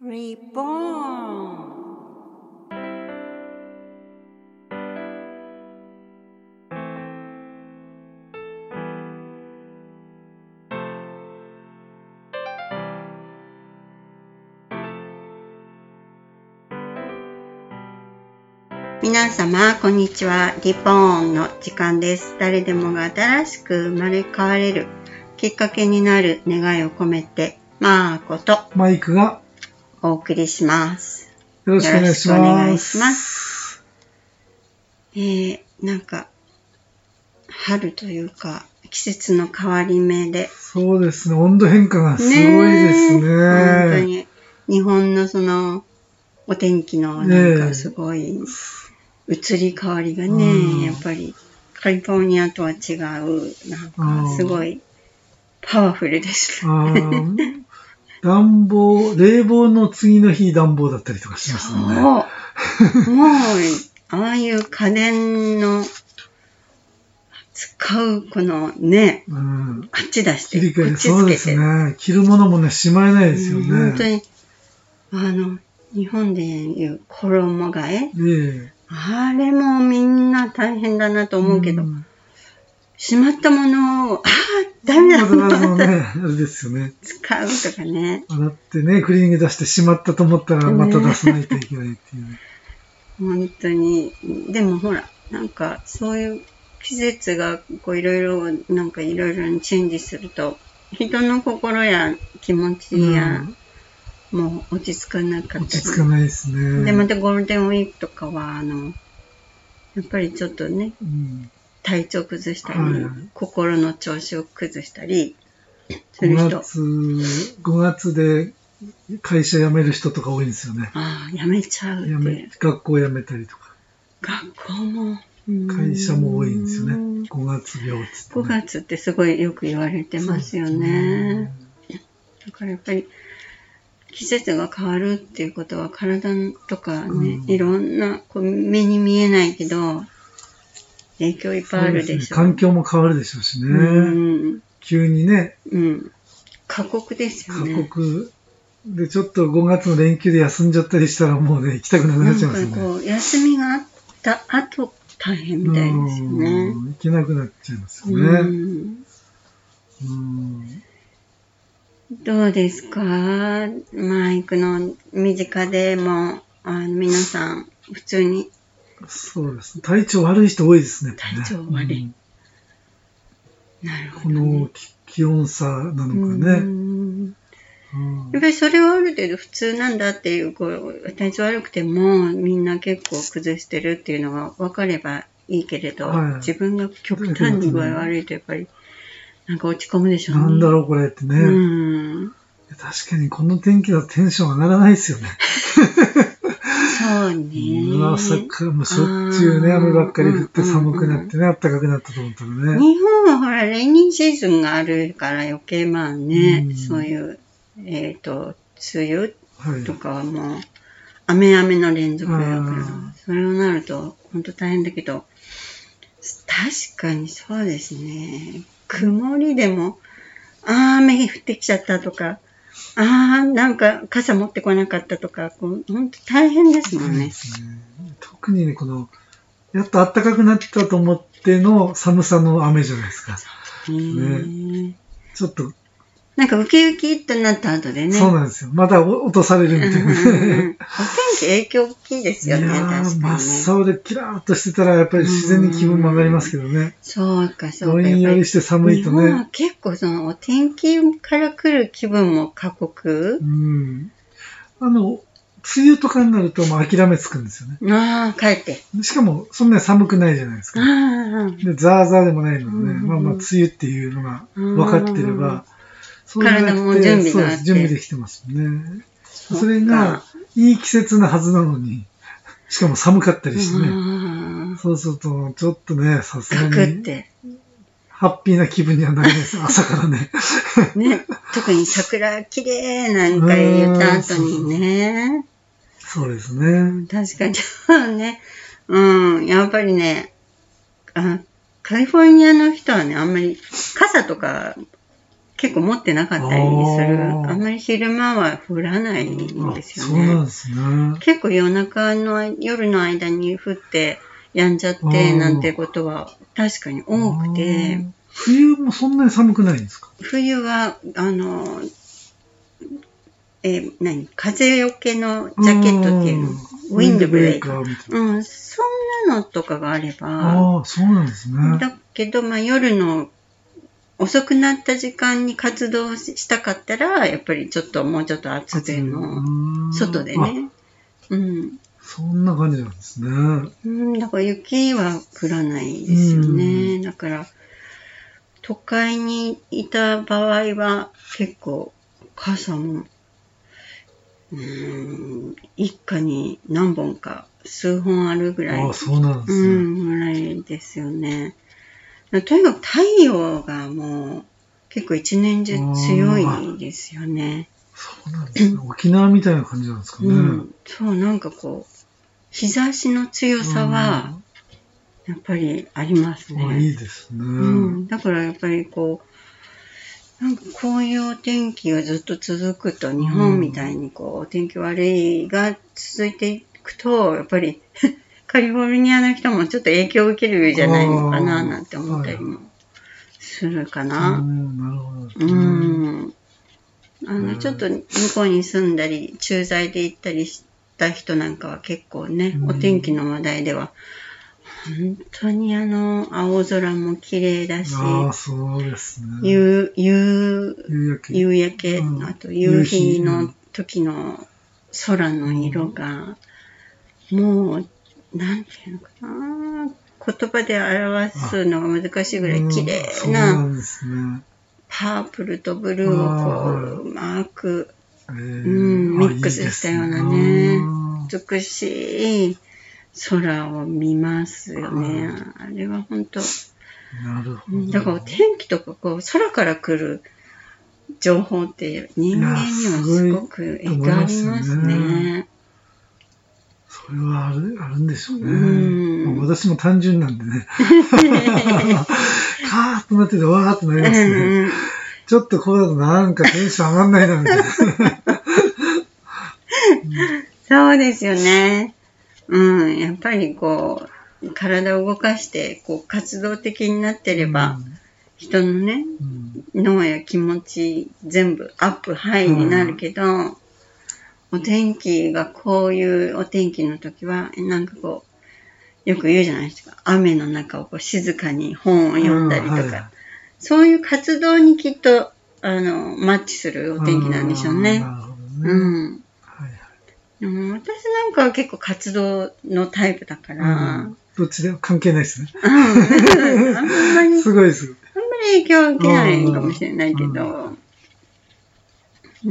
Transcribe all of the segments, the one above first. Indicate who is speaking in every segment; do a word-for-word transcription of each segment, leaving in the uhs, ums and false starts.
Speaker 1: リボーン。皆様こんにちは。リボーンの時間です。誰でもが新しく生まれ変われるきっかけになる願いを込めて、マーコと
Speaker 2: マイクが
Speaker 1: お送りします。
Speaker 2: よろしくお願いします。
Speaker 1: よろしくお願いします。えー、なんか春というか季節の変わり目で、
Speaker 2: そうですね。温度変化がすごいですね。
Speaker 1: 本当に日本のそのお天気のなんかすごい移り変わりがね、えやっぱりカリフォルニアとは違う、なんかすごいパワフルですね。
Speaker 2: 暖房、冷房の次の日暖房だったりとかしますよね。
Speaker 1: そう。もう、ああいう家電の使うこのね、うん、あっち出して、こっちつけて。
Speaker 2: そうですね。着るものもね、しまえないですよね。
Speaker 1: うん、本当に、あの、日本でいう衣替え、ええ、あれもみんな大変だなと思うけど、うん、しまったものを、ああ、ダメだ
Speaker 2: まだまだね、あれですよね。
Speaker 1: 使うとかね。
Speaker 2: 洗ってね、クリーニング出してしまったと思ったら、また出さないといけないっていう、ね。
Speaker 1: 本当に。でもほら、なんかそういう季節がこういろいろ、なんかいろいろにチェンジすると、人の心や気持ちや、うん、もう落ち着かなかったり。
Speaker 2: 落ち着かないですね。
Speaker 1: で、またゴールデンウィークとかは、あの、やっぱりちょっとね、うん、体調崩したり、はいはい、心の調子を崩したりする人。
Speaker 2: ごがつ、ごがつで会社辞める人とか多いんですよね。
Speaker 1: ああ、辞めちゃうって。
Speaker 2: 辞め、学校辞めたりとか。
Speaker 1: 学校も。
Speaker 2: 会社も多いんですよね。ごがつ病っつって、ね。
Speaker 1: ごがつってすごいよく言われてますよね。だからやっぱり季節が変わるっていうことは体とかね、うん、いろんなこう目に見えないけど影響いっぱいあるでしょう。
Speaker 2: そうですね、環境も変わるでしょうしね。うん、急にね。
Speaker 1: うん。過酷ですよね。
Speaker 2: 過酷。で、ちょっとごがつの連休で休んじゃったりしたらもうね、行きたくなくなっちゃいますよね。
Speaker 1: なんかこう、休みがあった後、大変みたいですよね。
Speaker 2: 行けなくなっちゃいますよね。うん
Speaker 1: うんどうですか？マイクの身近でも、あの皆さん、普通に。
Speaker 2: そうです。体調悪い人多いですね。
Speaker 1: 体調悪い。うん、なるほ
Speaker 2: ど、ね。この気温差なのかね。
Speaker 1: うんやっぱりそれはある程度普通なんだっていう、こう、体調悪くてもみんな結構崩してるっていうのが分かればいいけれど、はい、自分が極端に具合悪いとやっぱりなんか落ち込むでしょうね。
Speaker 2: なんだろうこれってね。うん、確かにこの天気だとテンション上がらないですよね。
Speaker 1: そうね。
Speaker 2: 朝からもうしょっちゅうね、雨ばっかり降って寒くなってね、暖かくなったと思ったらね。
Speaker 1: 日本はほら、レイニーシーズンがあるから余計まあね、うん、そういう、えっと、梅雨とかはもう、雨雨の連続だから、それをなると本当大変だけど、確かにそうですね。曇りでも、ああ、雨降ってきちゃったとか、ああ、なんか傘持ってこなかったとか、本当大変ですもんね。
Speaker 2: ね特にね、この、やっと暖かくなったと思っての寒さの雨じゃないですか。ね、ちょっと。
Speaker 1: なんかウキウキっとなった後でね。
Speaker 2: そうなんですよ。また落とされるみたいな。うんうんうん、お
Speaker 1: 天気影響大きいですよね。
Speaker 2: いや
Speaker 1: 確かに、ね。
Speaker 2: 真っ青でキラーっとしてたらやっぱり自然に気分も上がりますけどね。
Speaker 1: そうかそうか。
Speaker 2: どんよりして寒いとね。
Speaker 1: 日本は結構そのお天気から来る気分も過酷。
Speaker 2: うん。あの、梅雨とかになるともう諦めつくんですよね。
Speaker 1: ああ、帰って。
Speaker 2: しかもそんなに寒くないじゃないですか。でザーザーでもないのでね、まあまあ梅雨っていうのが分かってれば、
Speaker 1: そう体も準備があって。
Speaker 2: 準備できてますね。それがいい季節なはずなのに、しかも寒かったりしてね。そうするとちょっとね、さすがにハッピーな気分にはなります。朝からね。
Speaker 1: ね、特に桜綺麗なんか言った後にね。
Speaker 2: そうですね。
Speaker 1: 確かにね。うん、やっぱりね、あ、カリフォルニアの人はね、あんまり傘とか結構持ってなかったりする。あんまり昼間は降らないんですよね。
Speaker 2: そうなんですね。
Speaker 1: 結構夜中の、夜の間に降って、やんじゃってなんてことは確かに多くて。
Speaker 2: 冬もそんなに寒くないんですか？
Speaker 1: 冬は、あの、えー、何風よけのジャケットっていうの、ウィンドブレーカーみたいな。うん、そんなのとかがあれば。
Speaker 2: ああ、そうなんですね。
Speaker 1: だけど、まあ夜の遅くなった時間に活動したかったら、やっぱりちょっともうちょっと厚手の、外でね。うん。
Speaker 2: そんな感じなんですね。
Speaker 1: うん、だから雪は降らないですよね。だから、都会にいた場合は結構傘も、うーん、一家に何本か数本あるぐらい。
Speaker 2: ああ、そうなんですね。
Speaker 1: うん、ぐらいですよね。とにかく太陽がもう結構一年中強いですよね。
Speaker 2: そうなんですね。沖縄みたいな感じなんですかね。うん、
Speaker 1: そう、なんかこう、日差しの強さは、やっぱりありますね。
Speaker 2: あ、いいですね。
Speaker 1: うん。だからやっぱりこう、なんかこういうお天気がずっと続くと、日本みたいにこう、お天気悪いが続いていくと、やっぱりカリフォルニアの人もちょっと影響を受けるじゃないのかな、なんて思ったりもするかな。
Speaker 2: うん、なるほど。
Speaker 1: うん。あの、ちょっと向こうに住んだり、駐在で行ったりした人なんかは結構ね、お天気の話題では、本当にあの、青空も綺麗だし、
Speaker 2: ああ、そうですね。
Speaker 1: 夕、夕、
Speaker 2: 夕焼け、
Speaker 1: 夕焼け、うん、あと夕日の時の空の色が、うん、もう、なんていうのかな、言葉で表すのが難しいぐらい綺麗な、うん、そうなんですね。パープルとブルーをこう、うまく、えーうん、ミックスしたようなね、美しい空を見ますよね。あれは本当。
Speaker 2: なるほど。
Speaker 1: だから天気とかこう空から来る情報って人間にはすごく影響ありますね。
Speaker 2: それはある、あるんでしょうね。うん、私も単純なんでね。カーッとなっててわーっとなりますね。うん、ちょっとこうだとなんかテンション上がんないなみたいな。
Speaker 1: そうですよね。うん、やっぱりこう、体を動かして、こう、活動的になってれば、うん、人のね、うん、脳や気持ち全部アップ、ハイになるけど、うん、お天気がこういうお天気の時は、なんかこう、よく言うじゃないですか。雨の中をこう静かに本を読んだりとか、うんはい、そういう活動にきっと、あの、マッチするお天気なんでしょうね。なるほどね。うんうん、私なんかは結構活動のタイプだから。
Speaker 2: うん、どっちでも関係ないですね。
Speaker 1: うん、あんまり、
Speaker 2: すごいです。
Speaker 1: あんまり影響を受けないかもしれないけど。うん、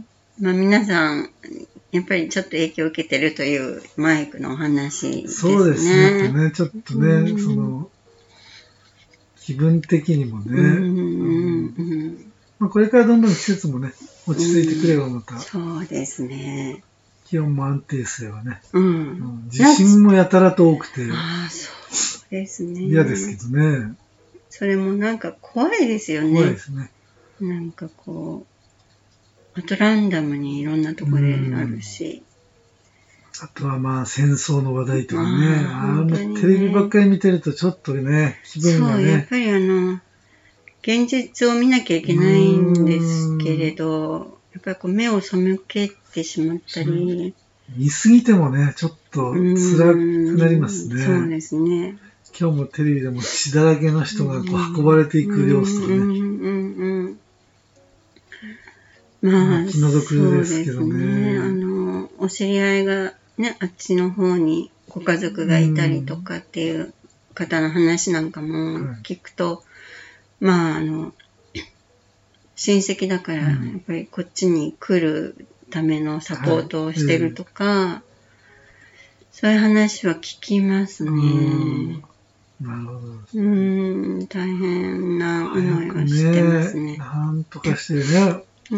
Speaker 1: まあ皆さん、やっぱりちょっと影響を受けてるというマイクのお話ですね。
Speaker 2: そうですね。ねちょっとね、うん、その、気分的にもね。うんうんまあ、これからどんどん季節もね、落ち着いてくればまた。
Speaker 1: うん、そうですね。
Speaker 2: 気温も安定すればね。
Speaker 1: うん。
Speaker 2: 地震もやたらと多くて。
Speaker 1: ああ、そうですね。
Speaker 2: 嫌ですけどね。
Speaker 1: それもなんか怖いですよね。
Speaker 2: 怖いですね。
Speaker 1: なんかこう、あとランダムにいろんなところであるし。
Speaker 2: あとはまあ戦争の話題とかね。ああ、ね、テレビばっかり見てるとちょっとね、気分がね。
Speaker 1: そう、やっぱりあの、現実を見なきゃいけないんですけれど、やっぱりこう目を背けてしまったり。
Speaker 2: 見すぎてもね、ちょっと辛くなりますね。
Speaker 1: そうですね。
Speaker 2: 今日もテレビでも血だらけの人がこう運ばれていく様子とかね。うんうんうん
Speaker 1: まあ、
Speaker 2: 気の毒ですけどね。
Speaker 1: そうですね。あの、お知り合いがね、あっちの方にご家族がいたりとかっていう方の話なんかも聞くと、うん、まあ、あの、親戚だから、やっぱりこっちに来るためのサポートをしてるとか、はい、そういう話は聞きますね。
Speaker 2: なるほど。
Speaker 1: うん、大変な思いはしてますね。
Speaker 2: ねなんとかしてね、うん、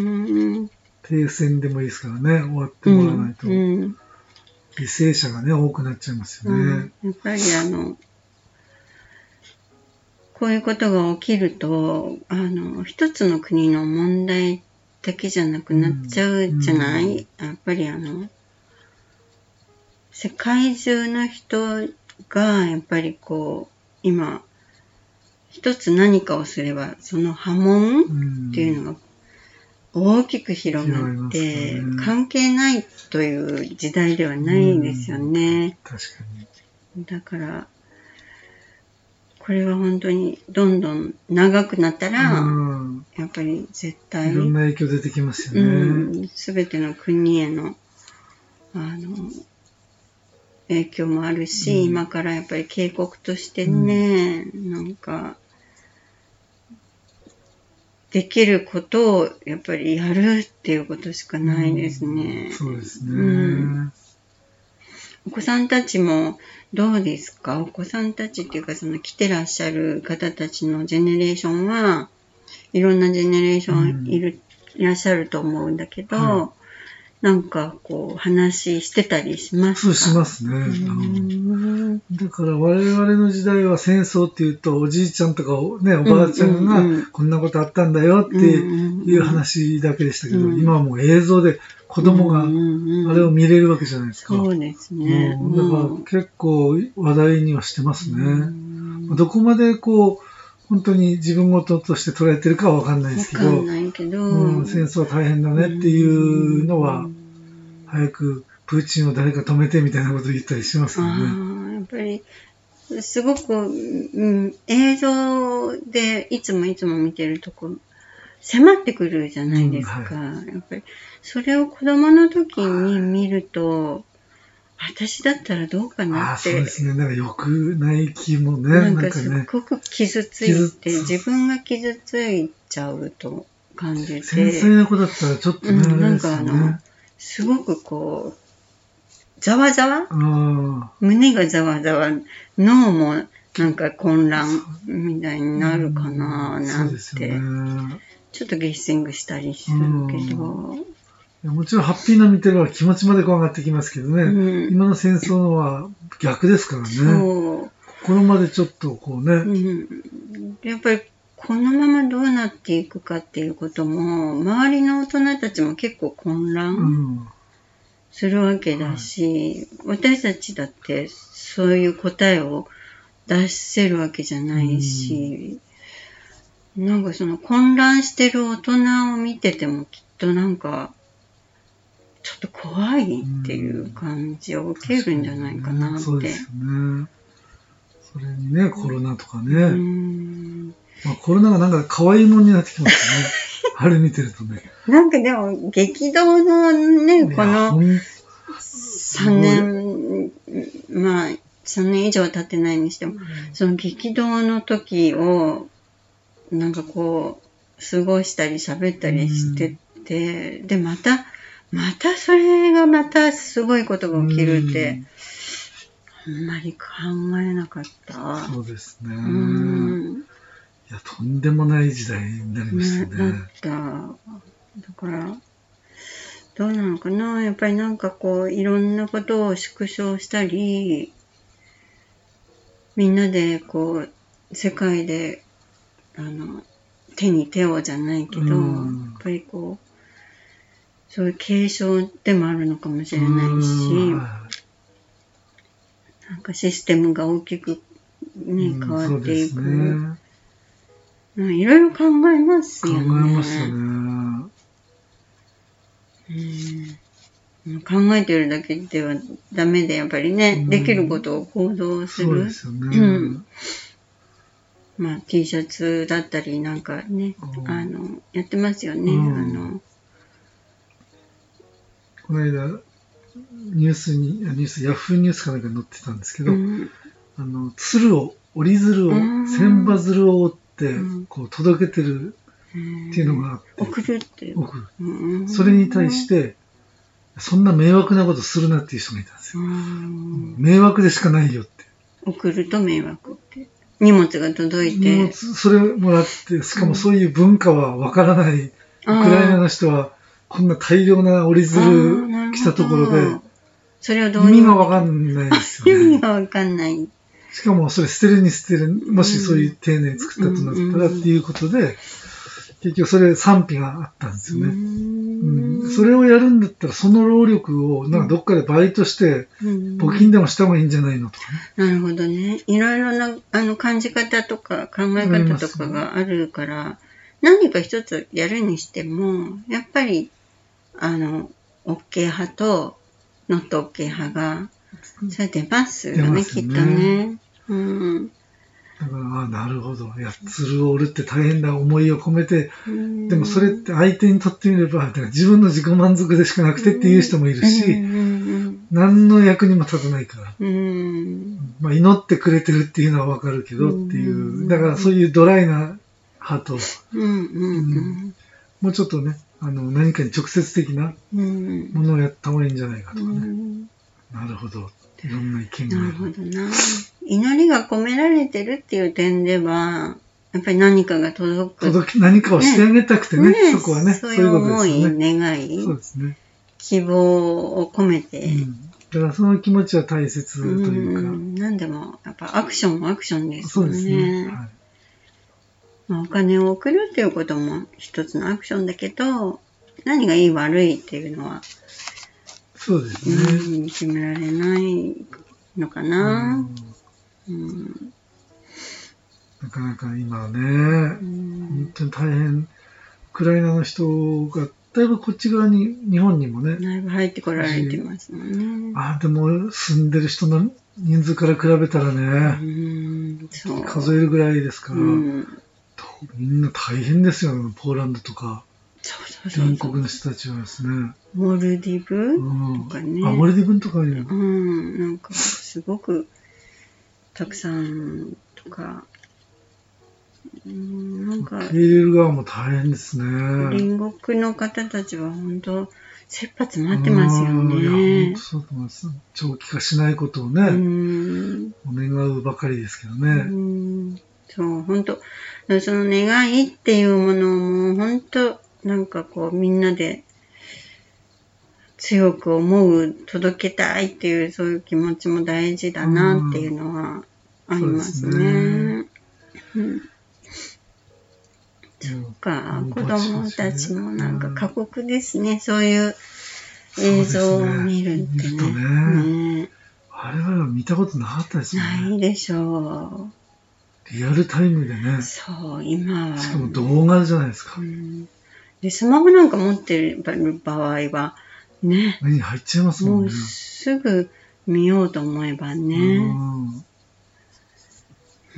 Speaker 2: 停戦でもいいですからね、終わってもらわないと、うんうん、犠牲者がね、多くなっちゃいますよね。
Speaker 1: うん、やっぱりあの、 こういうことが起きると、あの、一つの国の問題だけじゃなくなっちゃうじゃない、うんうん、やっぱりあの、世界中の人が、やっぱりこう、今、一つ何かをすれば、その波紋っていうのが大きく広がって、ね、関係ないという時代ではないですよね。
Speaker 2: 確かに。
Speaker 1: だから、これは本当にどんどん長くなったら、やっぱり絶対、
Speaker 2: いろんな影響出てきますよね。
Speaker 1: すべ、うん、ての国への、あの、影響もあるし、うん、今からやっぱり警告としてね、うん、なんか、できることをやっぱりやるっていうことしかないですね。
Speaker 2: うん、そうですね、うん。
Speaker 1: お子さんたちもどうですか？お子さんたちっていうかその来てらっしゃる方たちのジェネレーションはいろんなジェネレーションいる、うん、いらっしゃると思うんだけど、はい、なんかこう話してたりしますか？
Speaker 2: そうしますね。うん、だから我々の時代は戦争っていうとおじいちゃんとかね、おばあちゃんがこんなことあったんだよっていう話だけでしたけど、うんうん、今はもう映像で子供があれを見れるわけじゃないですか。
Speaker 1: そうですね。
Speaker 2: うん、だから結構話題にはしてますね。うん、どこまでこう本当に自分事として捉えてるかは分かんないですけど、
Speaker 1: わかんないけど、
Speaker 2: うん、戦争は大変だねっていうのは、早くプーチンを誰か止めてみたいなことを言ったりしますよね。
Speaker 1: あ、やっぱりすごく、うん、映像でいつもいつも見てるとこ迫ってくるじゃないですか、うんはい、やっぱりそれを子供の時に見ると、私だったらどうかなって。
Speaker 2: あ、そうですね。なんか良くない気もね。
Speaker 1: なんかすごく傷ついて、ね、自分が傷ついちゃうと感じて。
Speaker 2: 繊細な子だったらちょっとね、うん、なんかあの、
Speaker 1: すごくこう、ざわざわ胸がざわざわ、脳もなんか混乱みたいになるかななんて、うん、そうですよね、ちょっとゲッシングしたりするけど、
Speaker 2: もちろんハッピーな見てるは気持ちまでこう上がってきますけどね、うん、今の戦争は逆ですからね。そう心までちょっとこうね、うん、
Speaker 1: やっぱりこのままどうなっていくかっていうことも周りの大人たちも結構混乱するわけだし、うんはい、私たちだってそういう答えを出せるわけじゃないし、うん、なんかその混乱してる大人を見ててもきっとなんかちょっと怖いっていう感じを受けるんじゃないかなって。うん、
Speaker 2: そうですよね。それにね、コロナとかね。うんまあ、コロナがなんか可愛いもんになってきますよね。あれ見てるとね。
Speaker 1: なんかでも、激動のね、このさんねん、まあ、さんねん以上経ってないにしても、うん、その激動の時を、なんかこう、過ごしたり喋ったりしてて、うん、で、また、またそれがまたすごいことが起きるって、あんまり考えなかった。
Speaker 2: そうですね。うんいや、とんでもない時代になりましたね。
Speaker 1: だった。だから、どうなのかなやっぱりなんかこう、いろんなことを縮小したり、みんなでこう、世界で、あの、手に手をじゃないけど、うん、やっぱりこう、そういう継承でもあるのかもしれないし、なんかシステムが大きく、ね、変わっていく。うんいろいろ考えますよね。
Speaker 2: 考えますよね。
Speaker 1: うん、考えてるだけではダメで、やっぱりね、うん、できることを行動する。
Speaker 2: そうですよね。うん、
Speaker 1: まあ、T シャツだったりなんかね、うん、あの、やってますよね。うん、あの
Speaker 2: この間、ニュースに、ニュース、ヤフーニュースかなんかに載ってたんですけど、うん、あの、鶴を、折り鶴を、千羽鶴を折って、こう届けてるっていうのがあって、
Speaker 1: 送るって
Speaker 2: 送る、うん、それに対してそんな迷惑なことするなっていう人がいたんですよ。迷惑でしかないよって。
Speaker 1: 送ると迷惑って荷物が届いて
Speaker 2: 荷物それもらって、しかもそういう文化はわからない、うん、ウクライナの人はこんな大量な折り鶴来たところで
Speaker 1: それをどう
Speaker 2: 意味がわかんないですよね。
Speaker 1: 意味がわかんない。
Speaker 2: しかもそれ捨てるに捨てる、もしそういう丁寧に作ったとなったらっていうことで、結局それ賛否があったんですよね。うん、それをやるんだったらその労力をなんかどっかでバイトして募金でもした方がいいんじゃないのとか
Speaker 1: ね。なるほどね。いろいろなあの感じ方とか考え方とかがあるから、何か一つやるにしても、やっぱりあの OK 派とノット OK 派がそれ出ますよね、きっとね。うん。
Speaker 2: だから、あなるほど。いや、鶴を折るって大変な思いを込めて、でもそれって相手にとってみれば、自分の自己満足でしかなくてっていう人もいるし、何の役にも立たないから。まあ、祈ってくれてるっていうのはわかるけどっていう。だからそういうドライな派と、もうちょっとね、あの、何かに直接的なものをやった方がいいんじゃないかとかね。なるほど。いろんな意見がある。
Speaker 1: なるほどな。祈りが込められてるっていう点では、やっぱり何かが届く。
Speaker 2: 届き、何かをしてあげたくてね、ねそこはね。
Speaker 1: そういう思い、願い、
Speaker 2: そうですね。
Speaker 1: 希望を込めて、うん。
Speaker 2: だからその気持ちは大切というか。うん、
Speaker 1: 何でも、やっぱアクションはアクションですよね。そうですね。はい、まあ、お金を送るっていうことも一つのアクションだけど、何がいい悪いっていうのは、
Speaker 2: そうですね。
Speaker 1: うん、決められないのかな。うんうん、
Speaker 2: なかなか今ね、うん、本当に大変、ウクライナの人が、だいぶこっち側に、日本にもね。
Speaker 1: だいぶ入ってこられてますもんね。
Speaker 2: ああ、でも住んでる人の人数から比べたらね、うんそう数えるぐらいですから、うん、みんな大変ですよね、ポーランドとか。
Speaker 1: そうそうそう
Speaker 2: 隣国の人たちはですね。
Speaker 1: モルディブとかね。
Speaker 2: うん、あ、モルディブとかね。
Speaker 1: うん、なんかすごくたくさんとか、うん、なんか。
Speaker 2: 受け入れる側も大変ですね。
Speaker 1: 隣国の方たちは本当、切羽詰まってますよね。いや、
Speaker 2: 本当そうと思います。長期化しないことをね、うん、願うばかりですけどね。うん、
Speaker 1: そう、本当、その願いっていうものをもう本当、なんかこうみんなで強く思う、届けたいっていうそういう気持ちも大事だなっていうのはありますね。うん、うん、そうか、子供たちもなんか過酷ですね、そういう映像を見るってね。
Speaker 2: ねねあれは見たことなかったですよね。
Speaker 1: ないでしょ
Speaker 2: う。リアルタイムでね。
Speaker 1: そう、今は。
Speaker 2: しかも動画じゃないですか。
Speaker 1: うんで、スマホなんか持ってる場合は、ね。
Speaker 2: 目に入っちゃいますもんね。
Speaker 1: もうすぐ見ようと思えばね。うん
Speaker 2: うん、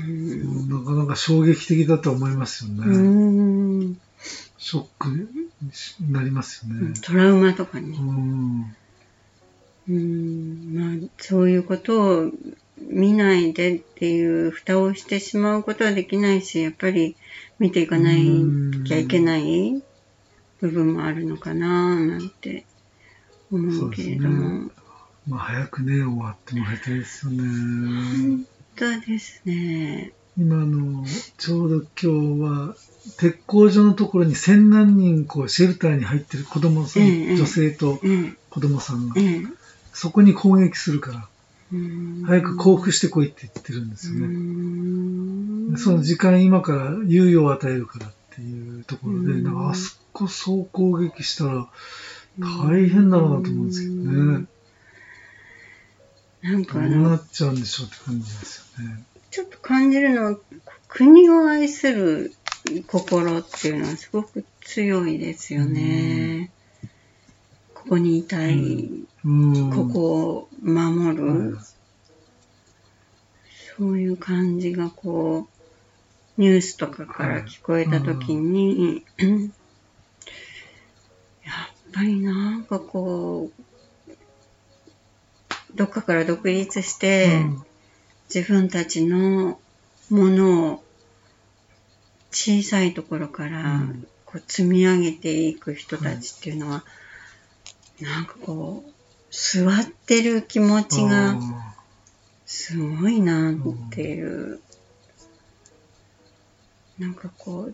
Speaker 2: なかなか衝撃的だと思いますよね。うん、ショックになりますよね。
Speaker 1: トラウマとかね。うんうんまあ、そういうことを見ないでっていう蓋をしてしまうことはできないし、やっぱり見ていかないきゃいけない部分もあるのかななんて思うけれども。
Speaker 2: ね、まあ早くね、終わってもらいたいですよね。
Speaker 1: 本当ですね。
Speaker 2: 今の、ちょうど今日は、鉄工所のところにせんなんにんこうシェルターに入ってる子供さん、ええ、女性と子供さんが、ええ、そこに攻撃するから、早く降伏してこいって言ってるんですよね。その時間今から猶予を与えるからっていうところで、なんかあそこ総攻撃したら大変だろうなと思うんですけどね。なんかどうなっちゃうんでしょうって感じですよね。
Speaker 1: ちょっと感じるのは、国を愛する心っていうのはすごく強いですよね。ここにいたい、うん、ここを守る、うん、そういう感じがこう、ニュースとかから聞こえたときに、はい、やっぱりなんかこう、どっかから独立して、うん自分たちのものを小さいところからこう積み上げていく人たちっていうのは、うん、なんかこう座ってる気持ちがすごいなっていう、うん、なんかこう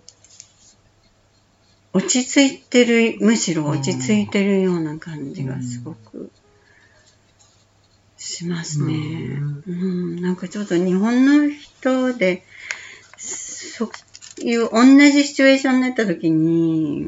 Speaker 1: 落ち着いてるむしろ落ち着いてるような感じがすごくしますね。うん、なんかちょっと日本の人で、そういう同じシチュエーションになった時に、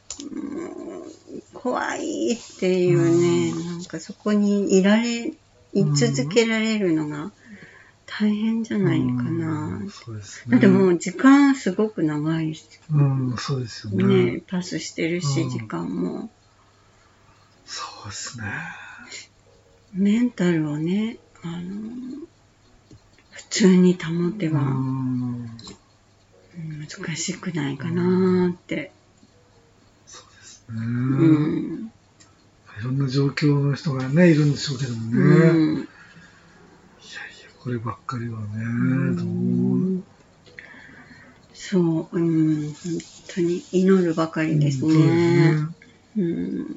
Speaker 1: 怖いっていうね、うん、なんかそこにいられ、い続けられるのが大変じゃないかな。うん、そうですね。だってもう時間すごく長いし、
Speaker 2: うん、そうですよね。
Speaker 1: ね、パスしてるし、うん、時間も。
Speaker 2: そうですね。
Speaker 1: メンタルをね、あの、普通に保てば、難しくないかなって。
Speaker 2: そうですね。うん。いろんな状況の人がね、いるんでしょうけどもね。うん、いやいや、こればっかりはね、どう。
Speaker 1: そう、うん、本当に祈るばかりですね。うん、そうですね。うん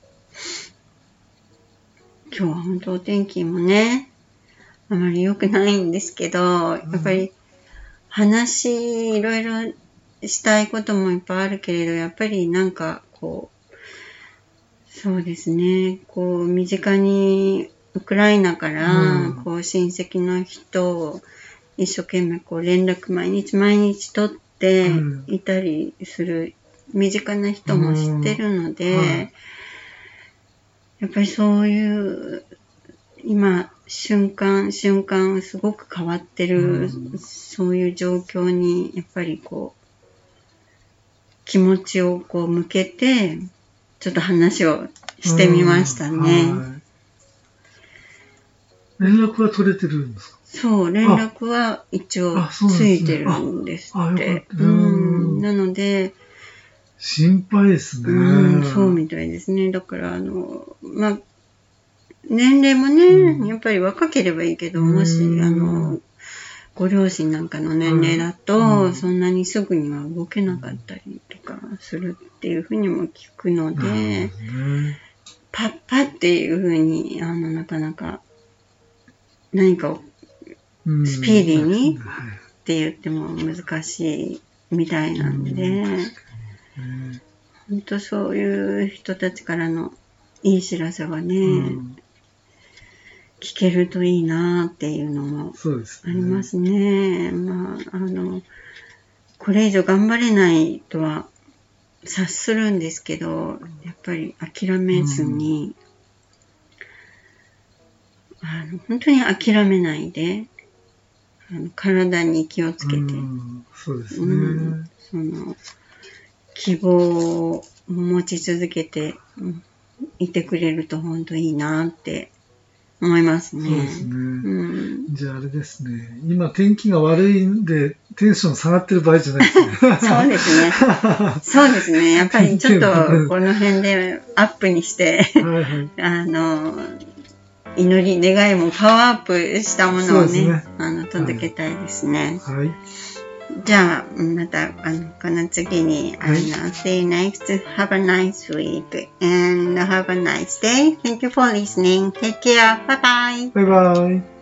Speaker 1: 今日は本当お天気もね、あまり良くないんですけど、やっぱり話、いろいろしたいこともいっぱいあるけれど、やっぱりなんかこう、そうですね、こう、身近にウクライナから、こう、親戚の人を一生懸命こう、連絡毎日毎日取っていたりする身近な人も知ってるので、やっぱりそういう今瞬間瞬間すごく変わってる、うん、そういう状況にやっぱりこう気持ちをこう向けてちょっと話をしてみましたね。はい、
Speaker 2: 連絡は取れてるんですか？
Speaker 1: そう、連絡は一応ついてるんですって。うん、なので
Speaker 2: 心配ですね。
Speaker 1: うん、そうみたいですね。だからあのまあ年齢もね、うん、やっぱり若ければいいけど、もしあのご両親なんかの年齢だと、うん、そんなにすぐには動けなかったりとかするっていうふうにも聞くので、ね、パッパっていうふうにあのなかなか何かをスピーディーにって言っても難しいみたいなんで、ね、本当そういう人たちからのいい知らせがね、うん聞けるといいなっていうのもありますね。まあ、あの、これ以上頑張れないとは察するんですけど、やっぱり諦めずに、うん、あの本当に諦めないで、あの体に気をつけて、うん、
Speaker 2: そうですね、うん、
Speaker 1: その希望を持ち続けて、うん、いてくれると本当いいなって思いますね。
Speaker 2: そうですね。うん、じゃああれですね。今天気が悪いんでテンション下がってる場合じゃないですね。
Speaker 1: そうですね。そうですね。やっぱりちょっとこの辺でアップにして、はいはい、あの祈り願いもパワーアップしたものをね、ねあの届けたいですね。はい。はいじゃあ、また、あの、この次に、あの、See you next. Have a nice week and have a nice day. Thank you for listening. Take care. Bye bye.
Speaker 2: Bye bye.